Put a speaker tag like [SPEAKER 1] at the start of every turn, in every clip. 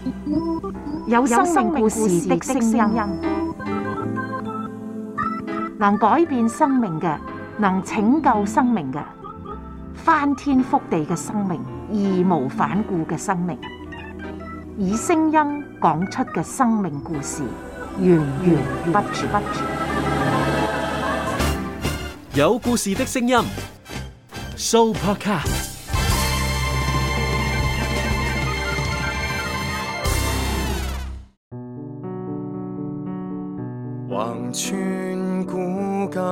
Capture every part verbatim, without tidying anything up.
[SPEAKER 1] 有生命故事的聲音，能改變生命嘅，能拯救生命嘅，翻天覆地嘅生命，義無反顧嘅生命，以聲音講出嘅生命故事，源源不絕。
[SPEAKER 2] 有故事的聲音 ，Sooo Podcast。
[SPEAKER 3] 橫穿古今，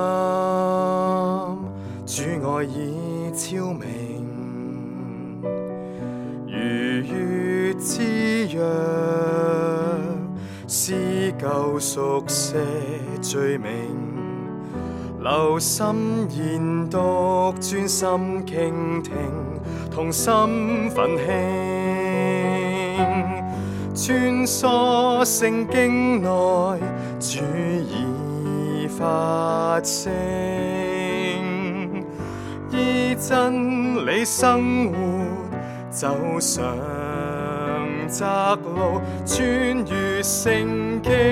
[SPEAKER 3] 主愛已超明，如月之約，撕舊熟寫罪名，留心研讀，專心傾聽，同心奮興，穿梭聖經內，主已發聲，依真理生活，走上窄路，穿越聖經。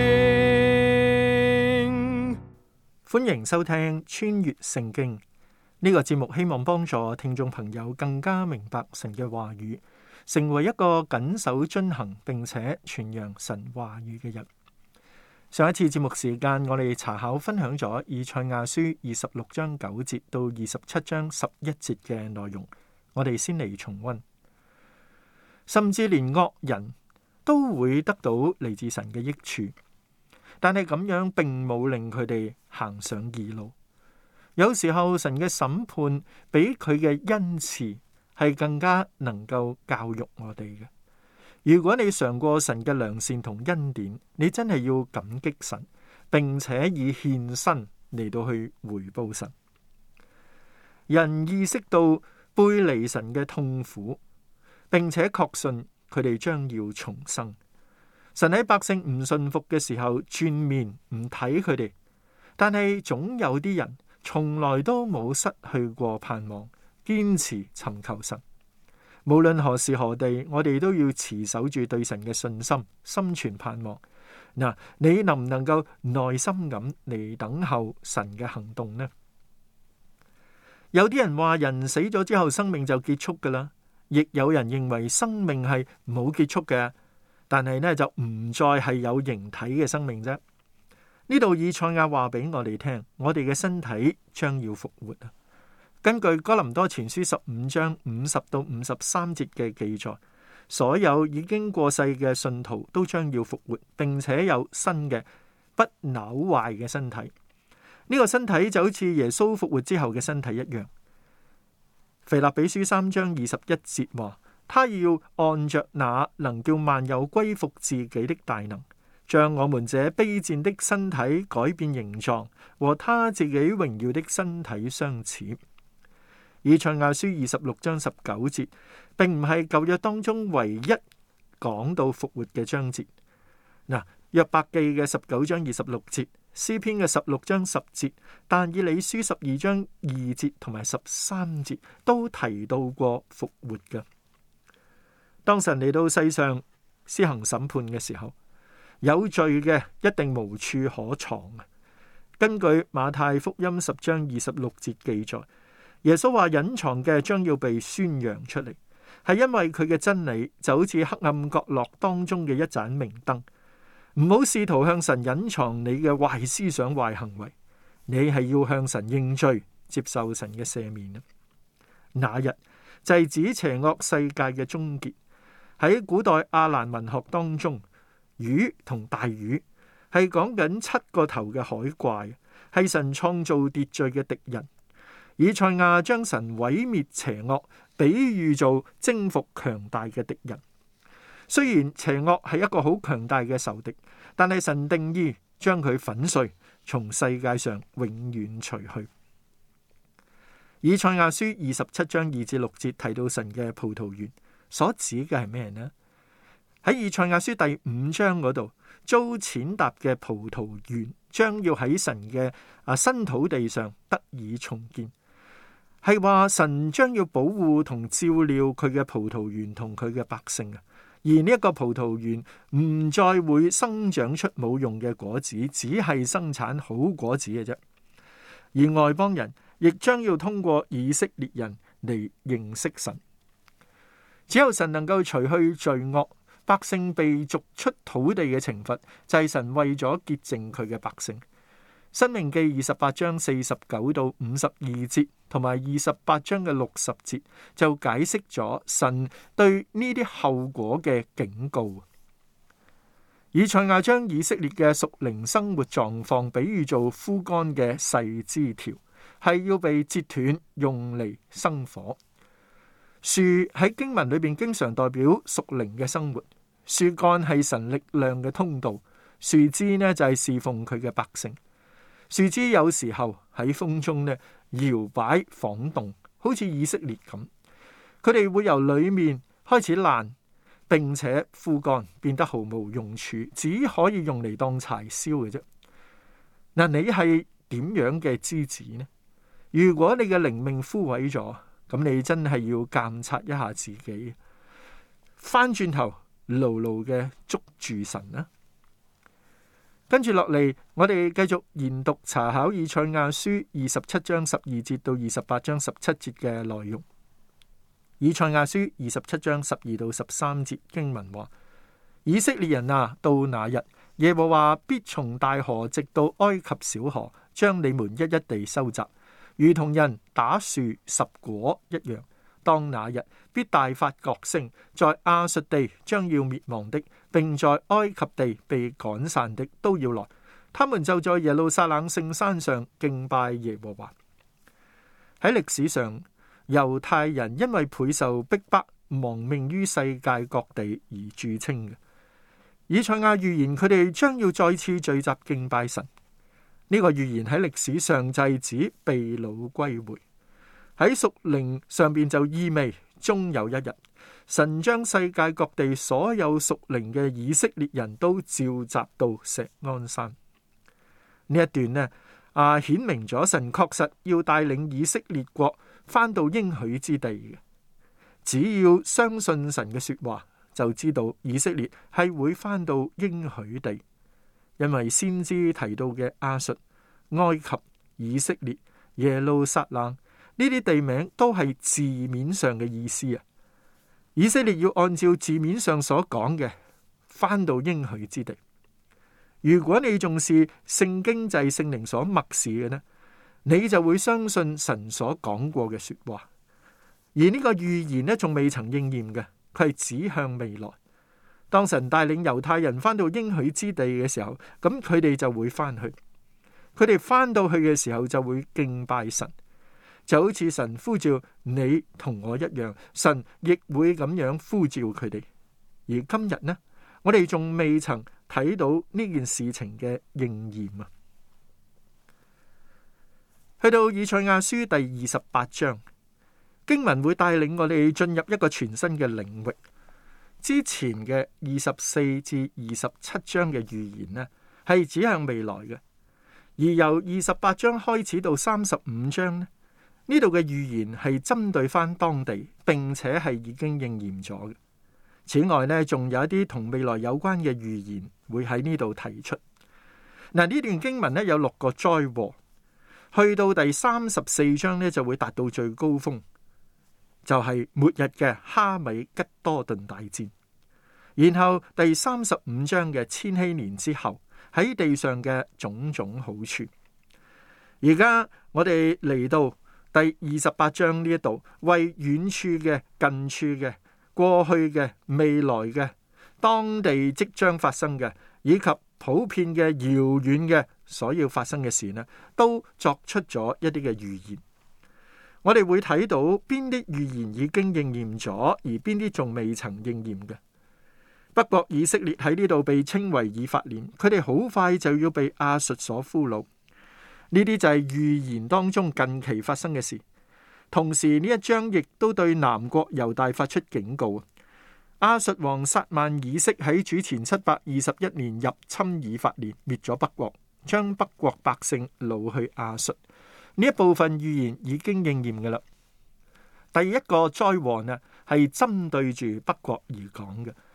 [SPEAKER 4] 歡迎收聽穿越聖經呢個節目，希望幫助聽眾朋友更加明白神嘅話語，成為一個謹守遵行並且傳揚神話語嘅人。上一次節目時間，我哋查考分享咗以賽亞書二十六章九節到二十七章十一節嘅內容，我哋先嚟重溫。甚至連惡人都會得到嚟自神嘅益處，但係咁樣並冇令佢哋行上義路。有時候神嘅審判比佢嘅恩慈係更加能夠教育我哋嘅。如果你嘗過神嘅良善同恩典，你真係要感激神，並且以獻身嚟到去回報神。人意識到背離神嘅痛苦，並且確信佢哋將要重生。神喺百姓唔信服嘅時候轉面唔睇佢哋，但係總有啲人從來都冇失去過盼望，堅持尋求神。無論何時何地，我哋都要持守住對神嘅信心，心存盼望。嗱，你能唔能夠耐心咁嚟等候神嘅行動呢？有啲人話人死咗之後生命就結束噶啦，亦有人認為生命係冇結束嘅，但係呢就唔再係有形體嘅生命啫。呢度以賽亞話俾我哋聽，我哋嘅身體將要復活啊！根據哥林多前書十五章五十到五十三節嘅記載，所有已經過世嘅信徒都將要復活，並且有新嘅不朽壞嘅身體。呢、這個身體就好似耶穌復活之後嘅身體一樣。腓立比書三章二十一節話，他要按着那能叫萬有歸服自己的大能，將我們這卑賤的身體改變形狀，和他自己榮耀的身體相似。以賽亞書二十六章十九節，並唔係舊約當中唯一講到復活嘅章節。嗱，約伯記嘅十九章二十六節，詩篇嘅十六章十節，但以理書十二章二節同埋十三節都提到過復活嘅。當神嚟到世上施行審判嘅時候，有罪嘅一定無處可藏啊！根據馬太福音十章二十六節記載，耶穌話隱藏嘅將要被宣揚出嚟，係因為佢嘅真理就好似黑暗角落當中嘅一盞明燈。唔好試圖向神隱藏你嘅壞思想、壞行為，你係要向神認罪，接受神嘅赦免啊！那日就係指邪惡世界嘅終結。喺古代亞蘭文學當中，魚同大魚係講緊七個頭嘅海怪，係神創造秩序嘅敵人。以賽亞將神毀滅邪惡比喻做征服強大嘅敵人。雖然邪惡係一個好強大嘅仇敵，但係神定意將佢粉碎，從世界上永遠除去。以賽亞書二十七章二至六節提到神嘅葡萄園，所指嘅係咩呢？喺以賽亞書第五章嗰度，遭踐踏嘅葡萄園將要喺神嘅啊新土地上得以重建。係話神將要保護同照料佢嘅葡萄園同佢嘅百姓啊， 而呢一個葡萄園唔再會生長出冇用嘅果子，只係生產好果子嘅啫。而外邦人亦將要通過以色列人嚟認識神。只有神能夠除去罪惡，百姓被逐出土地嘅懲罰，就係神為咗潔淨佢嘅百姓。申命記二十八章四十九到五十二節，同埋二十八章嘅六十節，就解釋咗神對呢啲後果嘅警告。以賽亞將以色列嘅屬靈生活狀況比喻做枯乾嘅細枝條，係要被折斷用嚟生火。樹喺經文裏邊經常代表屬靈嘅生活，樹幹係神力量嘅通道，樹枝呢就係侍奉佢嘅百姓。樹枝有時候喺風中呢搖擺晃動，好似以色列咁，佢哋會由裏面開始爛，並且枯乾，變得毫無用處，只可以用嚟當柴燒嘅啫。嗱，你係點樣嘅枝子呢？如果你嘅靈命枯萎咗，咁你真係要監察一下自己，翻轉頭牢牢嘅捉住神啦。跟住落嚟，我哋繼續研讀查考以賽亞書二十七章十二節到二十八章十七節嘅內容。以賽亞書二十七章十二到十三節經文話：以色列人啊，到那日，耶和華必從大河直到埃及小河，將你們一一地收集，如同人打樹拾果一樣。當那日，必大發角聲，在亞述地將要滅亡的，並在埃及地被趕散的都要來，他們就在耶路撒冷聖山上敬拜耶和華。喺歷史上，猶太人因為倍受逼迫，亡命於世界各地而著稱嘅。以賽亞預言佢哋將要再次聚集敬拜神，呢、這個預言喺歷史上就係指被擄歸回。喺屬靈上邊就意味終有一日，神將世界各地所有屬靈嘅以色列人都召集到錫安山。呢一段呢啊，顯明咗神確實要帶領以色列國翻到應許之地嘅。只要相信神嘅說話，就知道以色列係會翻到應許地，因為先知提到嘅亞述、埃及、以色列、耶路撒冷，呢啲地名都係字面上嘅意思啊！以色列要按照字面上所講嘅，翻到應許之地。如果你重視聖經就係聖靈所默示嘅呢，你就會相信神所講過嘅說話。而呢個預言呢，仲未曾應驗嘅，佢係指向未來。當神帶領猶太人翻到應許之地嘅時候，咁佢哋就會翻去。佢哋翻到去嘅時候就會敬拜神。就好似神呼召你同我一樣，神亦會咁樣呼召佢哋。而今日呢，我哋仲未曾睇到呢件事情嘅應驗啊！去到以賽亞書第二十八章，經文會帶領我哋進入一個全新嘅領域。之前嘅二十四至二十七章嘅預言呢，係指向未來嘅；而由二十八章開始到三十五章呢，呢度嘅預言係針對翻當地，並且係已經應驗咗嘅。此外呢，仲有一啲同未來有關嘅預言會喺呢度提出。嗱，呢段經文呢有六個災禍，去到第三十四章呢就會達到最高峰，就係、是、末日嘅哈米吉多頓大戰。然後第三十五章嘅千禧年之後，喺地上嘅種種好處。而家我哋嚟到第二十八章呢一度，為遠處嘅、近處嘅、過去嘅、未來嘅、當地即將發生嘅，以及普遍嘅遙遠嘅所要發生嘅事呢，都作出咗一啲嘅預言。我哋會睇到邊啲預言已經應驗咗，而邊啲仲未曾應驗嘅。不過以色列喺呢度被稱為以法蓮，佢哋好快就要被亞述所俘虜。呢啲就係預言當中近期發生嘅事。同時呢一章亦都對南國猶大發出警告。亞述王撒縵以色喺主前七百二十一年入侵以法蓮，滅咗北國，將北國百姓擄去亞述。呢一部分預言已經應驗嘅啦。第一個災禍呢係針對住北國而講嘅，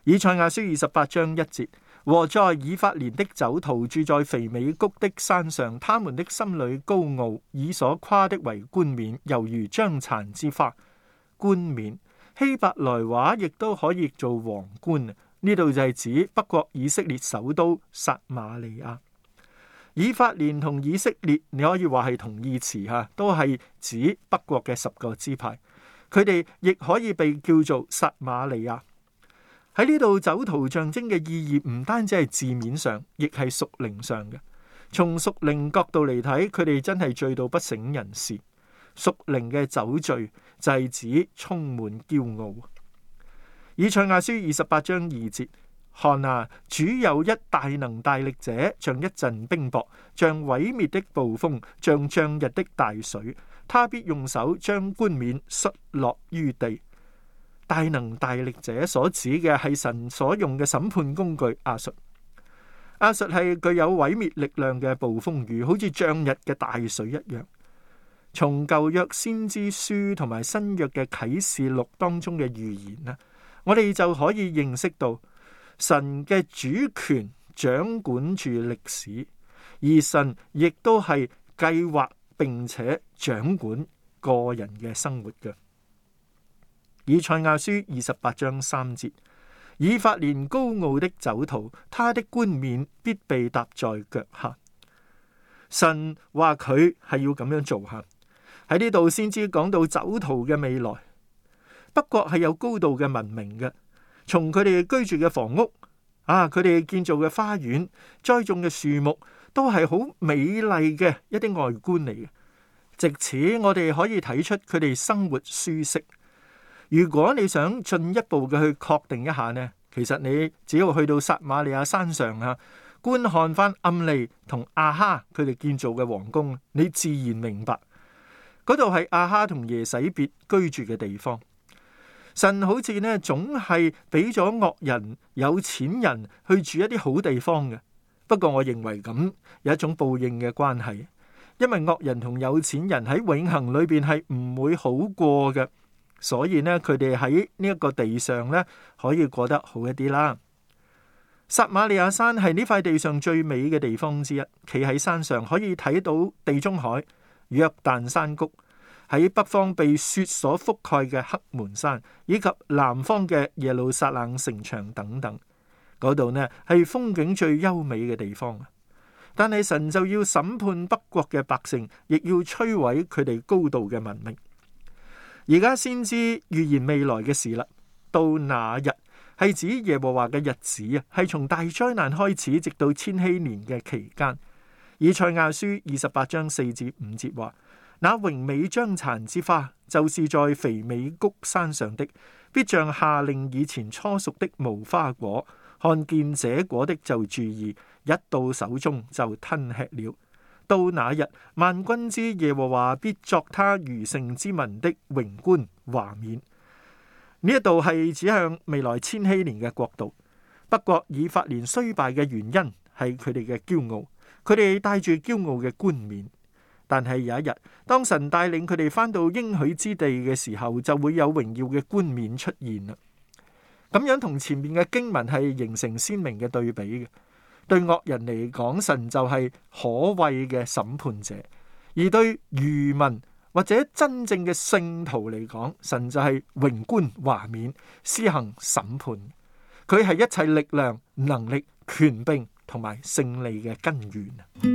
[SPEAKER 4] 以賽亞書二十八章一節，和在以法蓮的酒徒住在肥美谷的山上，他們的心裏高傲，以所誇的為冠冕，猶如將殘之花。冠冕希伯來話亦都可以做皇冠，呢度就係指北國以色列首都撒瑪利亞。以法蓮同以色列，你可以話係同義詞吓，都係指北國嘅十個支派，佢哋亦可以被叫做撒瑪利亞。喺呢度，酒徒象徵嘅意義唔單止係字面上，亦係屬靈上嘅。從屬靈角度嚟睇，佢哋真係醉到不省人事。屬靈嘅酒醉就係指充滿驕傲。以賽亞書二十八章二節，看啊，主有一大能大力者，像一陣冰雹，像毀滅的暴風，像漲溢的大水，他必用手將冠冕摔落於地。大能大力者所指嘅係神所用嘅審判工具亞述。亞述係具有毀滅力量嘅暴風雨，好似漲溢嘅大水一樣。從舊約先知書同埋新約嘅啟示錄當中嘅預言啦，我哋就可以認識到神嘅主權掌管住歷史，而神亦都係計劃並且掌管個人嘅生活嘅。以賽亞書二十八章三節，以法蓮高傲的酒徒，他的冠冕必被踏在腳下。神話佢係要咁樣做下，喺呢度先至講到酒徒嘅未來。北國係有高度嘅文明嘅，從佢哋居住嘅房屋啊，佢哋建造嘅花園、栽種嘅樹木，都係好美麗嘅一啲外觀嚟嘅。藉此我哋可以睇出佢哋生活舒適。如果你想進一步嘅去確定一下呢，其實你只要去到撒瑪利亞山上啊，觀看翻暗利同亞哈佢哋建造嘅皇宮，你自然明白嗰度係亞哈同耶洗別居住嘅地方。神好似呢總係俾咗惡人、有錢人去住一啲好地方嘅。不過我認為咁有一種報應嘅關係，因為惡人同有錢人喺永恆裏邊係唔會好過嘅。所以呢，佢哋喺呢一個地上呢，可以過得好一啲啦。撒瑪利亞山係呢塊地上最美嘅地方之一，企喺山上可以睇到地中海、約旦山谷，喺北方被雪所覆蓋嘅黑門山，以及南方嘅耶路撒冷城牆等等。嗰度呢係風景最優美嘅地方。但係神就要審判北國嘅百姓，亦要摧毀佢哋高度嘅文明。而家先知預言未來嘅事啦，到那日係指耶和華嘅日子啊，係從大災難開始，直到千禧年嘅期間。以賽亞書二十八章四至五節話：那榮美將殘之花，就是在肥美谷山上的，必像夏令以前初熟的無花果，看見這果的就注意，一到手中就吞吃了。到那日，萬軍之耶和華必作他餘剩之民的榮冠華冕。呢一度係指向未來千禧年嘅國度。北國以法蓮衰敗嘅原因係佢哋嘅驕傲，佢哋帶住驕傲嘅冠冕。但係有一日，當神帶領佢哋返到應許之地嘅時候，就會有榮耀嘅冠冕出現啦。咁樣同前面嘅經文係形成鮮明嘅對比嘅。對惡人嚟講，神就係可畏嘅審判者；而對愚民或者真正嘅聖徒嚟講，神就係榮冠華冕，施行審判。佢係一切力量、能力、權柄同埋勝利嘅根源。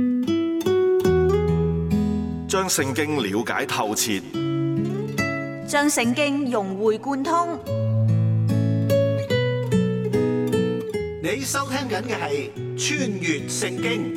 [SPEAKER 5] 將聖經了解透徹，
[SPEAKER 6] 將聖經融會貫通。
[SPEAKER 7] 你收聽緊嘅係《穿越聖經》。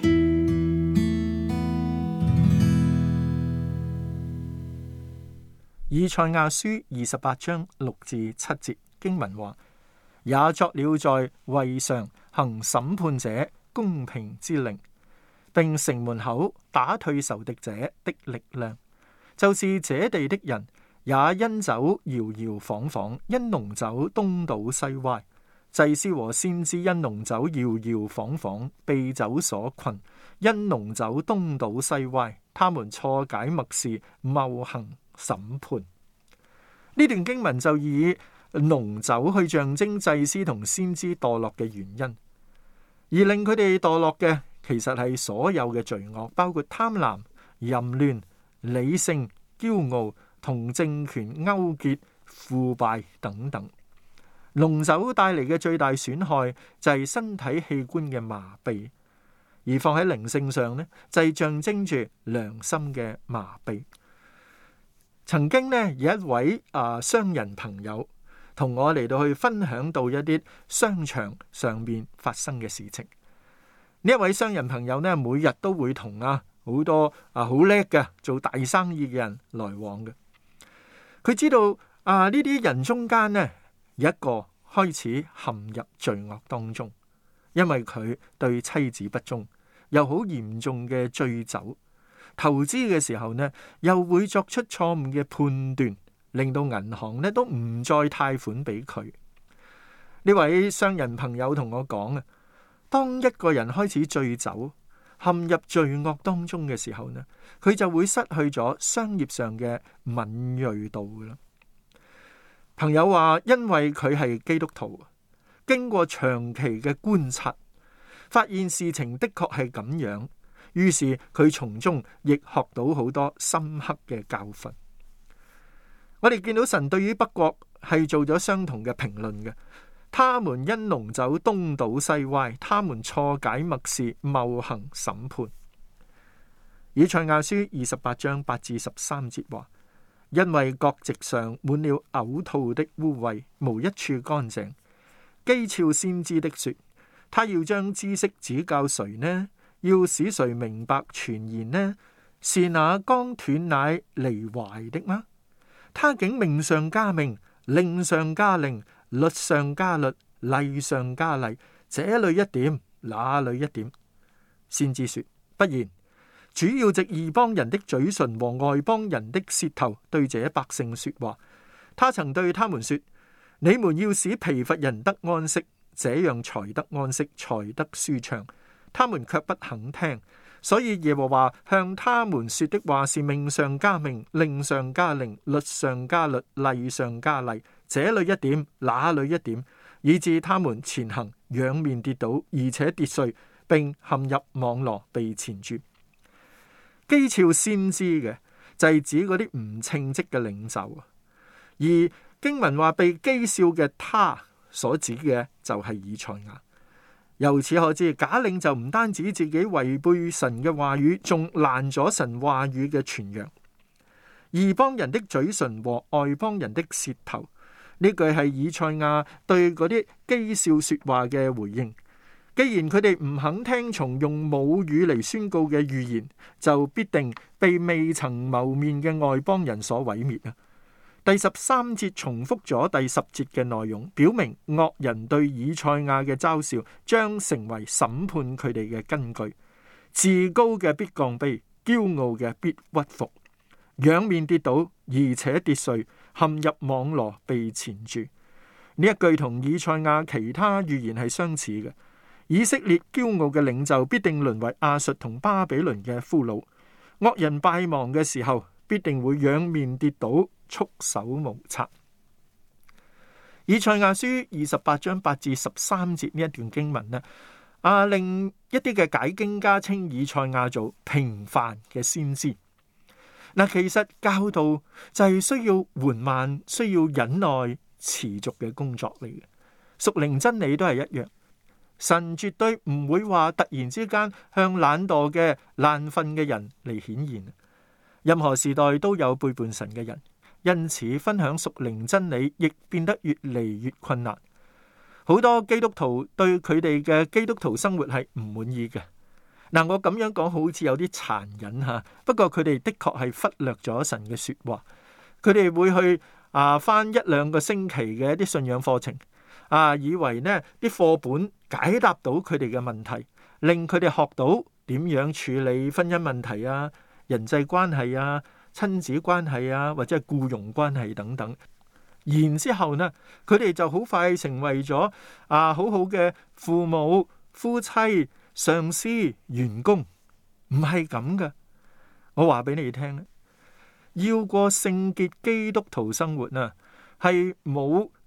[SPEAKER 4] 以賽亞書二十八章六至七節經文話：也作了在位上行審判者公平之令，並城門口打退仇敵者的力量，就是這地的人也因酒搖搖晃晃，因濃酒東倒西歪。祭司和先知因濃酒搖搖晃晃，被酒所困，因濃酒東倒西歪，他們錯解默示，謬行審判。呢段經文就以濃酒去象徵祭司同先知墮落嘅原因，而令佢哋墮落嘅其實係所有嘅罪惡，包括貪婪、淫亂、理性、驕傲同政權勾結、腐敗等等。濃酒帶嚟嘅最大損害就係身體器官嘅麻痹，而放喺靈性上呢，就係象徵住良心嘅麻痹。曾經呢，有一位啊商人朋友同我嚟到去分享到一啲商場上面發生嘅事情。呢一位商人朋友呢，每日都會同啊好多啊好叻嘅做大生意嘅人來往嘅。佢知道啊呢啲人中間呢，有一個開始陷入罪惡當中，因為佢對妻子不忠，又好嚴重嘅醉酒，投資嘅時候呢，又會作出錯誤嘅判斷，令到銀行呢都唔再貸款俾佢。呢位商人朋友同我講啊，當一個人開始醉酒，陷入罪惡當中嘅時候呢，佢就會失去咗商業上嘅敏銳度噶啦。朋友話，因為佢係基督徒，經過長期嘅觀察，發現事情的確係咁樣，於是佢從中亦學到好多深刻嘅教訓。我哋見到神對於北國係做咗相同嘅評論嘅，他們因濃酒東倒西歪，他們錯解默示，謬行審判。以賽亞書二十八章八至十三節話，因為國席上滿了嘔吐的污穢，無一處乾淨。譏誚先知的說，他要將知識指教誰呢？要使誰明白傳言呢？是那剛斷奶離懷的嗎？他竟命上加命，令上加令，律上加律，例上加例，這裏一點，那裏一點。先知說，不然，主要藉異邦人的嘴唇和外邦人的舌頭對這百姓說話。他曾對他們說，你們要使疲乏人得安息，這樣才得安息，才得舒暢。他們卻不肯聽，所以耶和華向他們說的話是命上加命，令上加令，律上加律，例上加例，這裏一點，那裏一點，以致他們前行，仰面跌倒，而且跌碎，並陷入網羅，被纏住。譏誚先知嘅就係指嗰啲唔稱職嘅領袖，而經文話被譏笑嘅他所指嘅就係以賽亞。由此可知，假領袖唔單止自己違背神嘅話語，仲攔咗神話語嘅傳揚。異邦人的嘴唇和外邦人的舌頭，呢句係以賽亞對嗰啲譏笑說話嘅回應。既然佢哋唔肯聽從用母語嚟宣告嘅預言，就必定被未曾謀面嘅外邦人所毀滅啊！第十三節重複咗第十節嘅內容，表明惡人對以賽亞嘅嘲笑將成為審判佢哋嘅根據。自高嘅必降卑，驕傲嘅必屈服，仰面跌倒，而且跌碎，陷入網羅，被纏住。呢一句同以賽亞其他預言係相似嘅。以色列驕傲嘅領袖必定淪為亞述同巴比倫嘅俘虜，惡人敗亡嘅時候必定會仰面跌倒，束手無策。以賽亞書二十八章八至十三節呢一段經文呢，啊令一啲嘅解經家稱以賽亞做平凡嘅先知。嗱，其實教導就係需要緩慢、需要忍耐、持續嘅工作嚟嘅。屬靈真理都係一樣。神絕對唔會話突然之間向懶惰嘅爛瞓嘅人嚟顯現。任何時代都有背叛神嘅人，因此分享屬靈真理亦變得越嚟越困難。好多基督徒對佢哋嘅基督徒生活係唔滿意嘅。嗱，我咁樣講好似有啲殘忍吓，不過佢哋的確係忽略咗神嘅說話。佢哋會去啊返一兩個星期嘅一啲信仰課程。啊！以為呢啲課本解答到佢哋嘅問題，令佢哋學到點樣處理婚姻問題啊、人際關係啊、親子關係啊，或者係僱傭關係等等。然之後呢，佢哋就好快成為咗啊好好嘅父母、夫妻、上司、員工。唔係咁噶，我話俾你聽，要過聖潔基督徒生活啊，係冇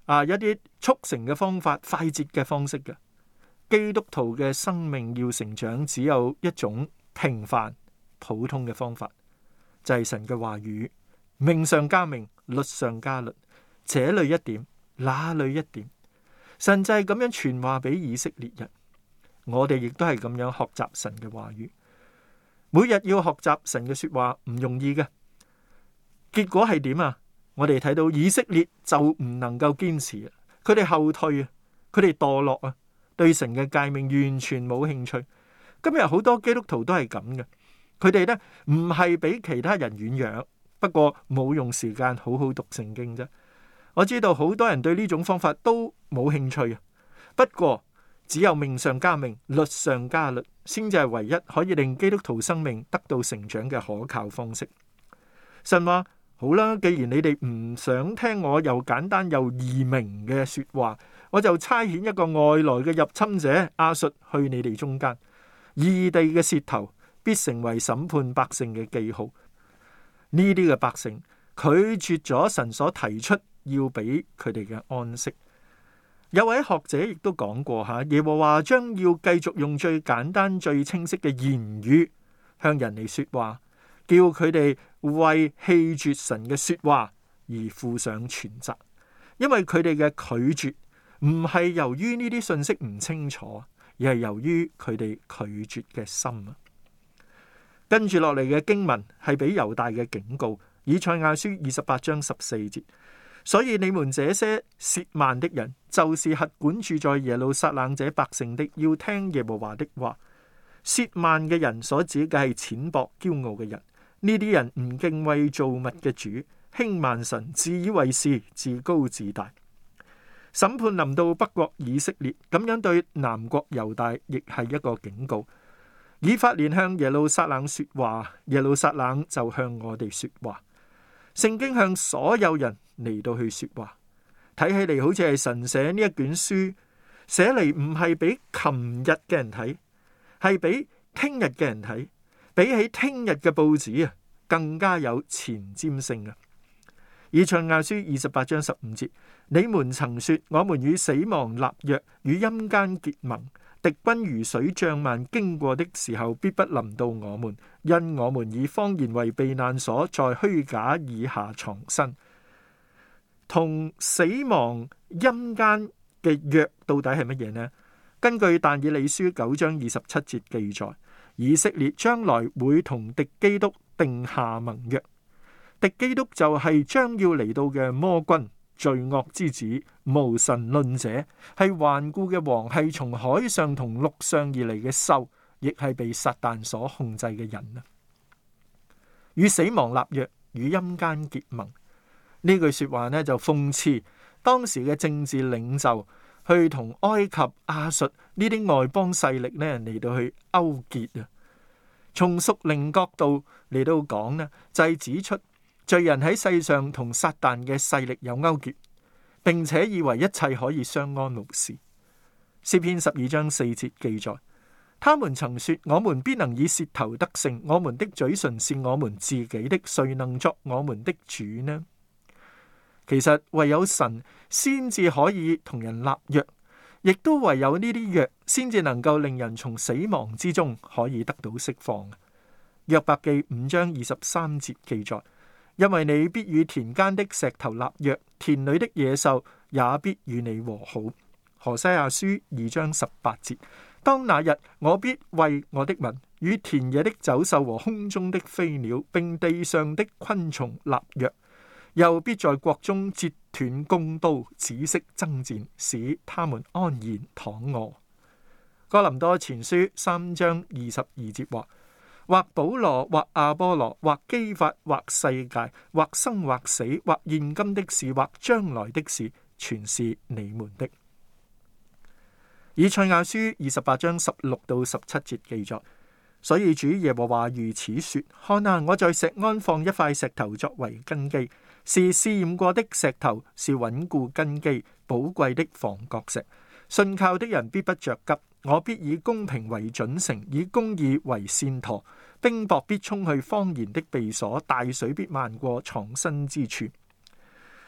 [SPEAKER 4] 啊一啲速成嘅方法、快捷嘅方式嘅。基督徒嘅生命要成長，只有一種平凡普通嘅方法，就係神嘅話語，命上加命，律上加律，這裏一點，那裏一點。神就係咁樣傳話俾以色列人，我哋亦都係咁樣學習神嘅話語。每日要學習神嘅說話唔容易嘅，結果係點啊？我哋睇到以色列就唔能夠堅持，佢哋後退啊，佢哋墮落啊，對神嘅誡命完全冇興趣。今日好多基督徒都係咁嘅，佢哋呢唔係比其他人軟弱，不過冇用時間好好讀聖經啫。我知道好多人對呢種方法都冇興趣啊，不過只有命上加命，律上加律，先至係唯一可以令基督徒生命得到成長嘅可靠方式。神話好啦，既然你哋唔想聽我又簡單又易明嘅說話，我就差遣一個外來嘅入侵者亞述去你哋中間，異地嘅舌頭必成為審判百姓嘅記號。呢啲嘅百姓拒絕咗神所提出要俾佢哋嘅安息。有位學者亦都講過吓，耶和華將要繼續用最簡單最清晰嘅言語向人嚟說話，叫佢哋為棄絕神嘅說話而負上全責。因為佢哋嘅拒絕唔係由於呢啲信息唔清楚，而係由於佢哋拒絕嘅心啊。跟住落嚟嘅經文係俾猶大嘅警告，以賽亞書二十八章十四節。所以你們這些褻慢的人，就是轄管住在耶路撒冷這百姓的，要聽耶和華的話。褻慢嘅人所指嘅係淺薄驕傲嘅人，呢啲人唔敬畏造物嘅主，輕慢神，自以為是，自高自大。審判臨到北國以色列，咁樣對南國猶大亦係一個警告。以法蓮向耶路撒冷說話，耶路撒冷就向我哋說話。聖經向所有人嚟到去說話，睇起嚟好似係神寫呢一卷書，寫嚟唔係俾琴日嘅人睇，係俾聽日嘅人睇，比起聽日嘅報紙啊，更加有前瞻性啊！以賽亞書二十八章十五節，你們曾說，我們與死亡立約，與陰間結盟。敵軍如水漲漫經過的時候，必不臨到我們，因我們以謊言為避難所，在虛假以下藏身。同死亡陰間嘅約到底係乜嘢呢？根據但以理書九章二十七節記載，以色列將來會同敵基督定下盟約。敵基督就係將要嚟到嘅魔君、罪惡之子、無神論者，係頑固嘅王，係從海上同陸上而嚟嘅獸，亦係被撒旦所控制嘅人啊！與死亡立約，與陰間結盟。呢句說話呢，就諷刺當時嘅政治領袖去同埃及、亞述呢啲外邦勢力呢嚟到去勾結啊！從屬靈角度嚟到講呢，就係指出罪人喺世上同撒旦嘅勢力有勾結，並且以為一切可以相安無事。詩篇十二章四節記載，他們曾說：我們必能以舌頭得勝，我們的嘴唇是我們自己的，誰能作我們的主呢？其實唯有神先至可以同人立約，亦都唯有呢啲約先至能夠令人從死亡之中可以得到釋放。約伯記五章二十三節記載，因為你必與田間的石頭立約，田裏的野獸也必與你和好。何西阿書二章十八節，當那日我必為我的民與田野的走獸和空中的飛鳥並地上的昆蟲立約，又必在國中截斷弓刀，止息爭戰，使他們安然躺臥。哥林多前書三章二十二節話，或保羅，或亞波羅，或基法，或世界，或生或死，或現今的事，或將來的事，全是你們的。以賽亞書二十八章十六到十七節記載，所以主耶和華如此說：看啊，我在錫安放一塊石頭作為根基，是試驗過的石頭，是穩固根基、寶貴的房角石。信靠的人必不着急，我必以公平為準繩，以公義為線鉈。冰雹必衝去謊言的避所，大水必漫過藏身之處。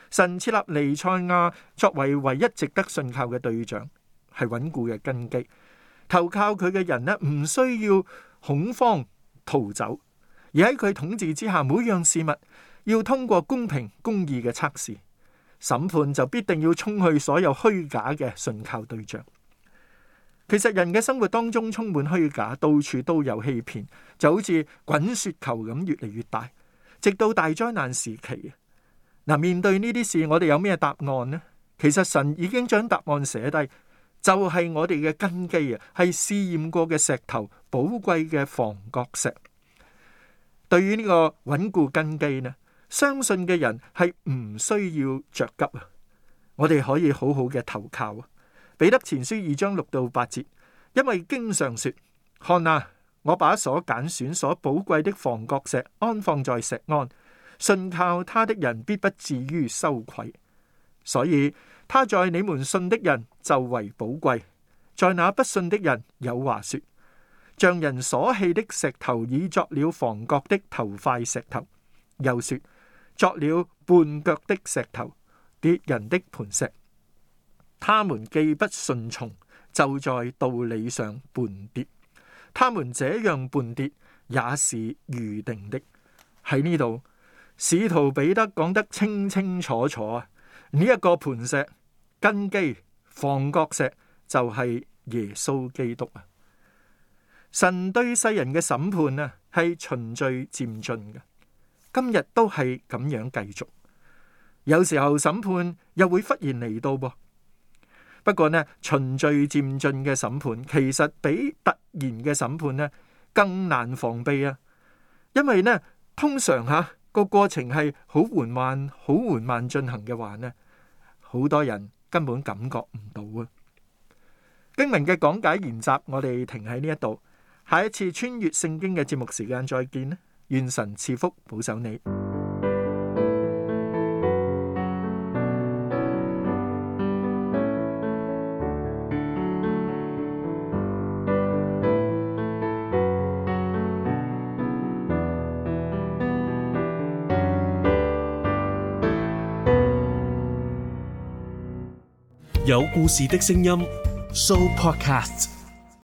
[SPEAKER 4] 神設立彌賽亞作為唯一值得信靠嘅對象，係穩固嘅根基。投靠佢嘅人呢，唔需要恐慌逃走，而喺佢統治之下，每樣事物要通過公平公義嘅測試，審判就必定要沖去所有虛假嘅信靠對象。其實人嘅生活當中充滿虛假，到處都有欺騙，就好似滾雪球咁越嚟越大，直到大災難時期。嗱，面對呢啲事，我哋有咩答案呢？其實神已經將答案寫低，就係、是、我哋嘅根基啊，係試驗過嘅石頭，寶貴嘅房角石。對於呢個穩固根基呢，相信嘅人係唔需要着急啊！我哋可以好好嘅投靠啊！彼得前書二章六到八節，因為經上說：看啊，我把所揀選、所寶貴的房角石安放在錫安，信靠他的人必不至於羞愧。所以他在你們信的人就為寶貴，在那不信的人有話說：匠人所棄的石頭已作了房角的頭塊石頭，又說作了絆腳的石頭，跌人的磐石。他們既不順從，就在道理上絆跌。他們這樣絆跌，也是預定的。喺呢度，使徒彼得講得清清楚楚啊！呢、這、一個磐石根基房角石就係耶穌基督啊！神對世人嘅審判啊，係循序漸進嘅，今日都係咁樣繼續。有時候審判又會忽然嚟到噃。不過呢，循序漸進嘅審判其實比突然嘅審判呢更難防備啊！因為呢，通常吓個過程係好緩慢、好緩慢進行嘅話呢，好多人根本感覺唔到啊！經文嘅講解研習，我哋停喺呢一度，下一次穿越聖經嘅節目時間再見啦！願神賜福保守你。
[SPEAKER 2] 有故事的聲音 Show Podcast。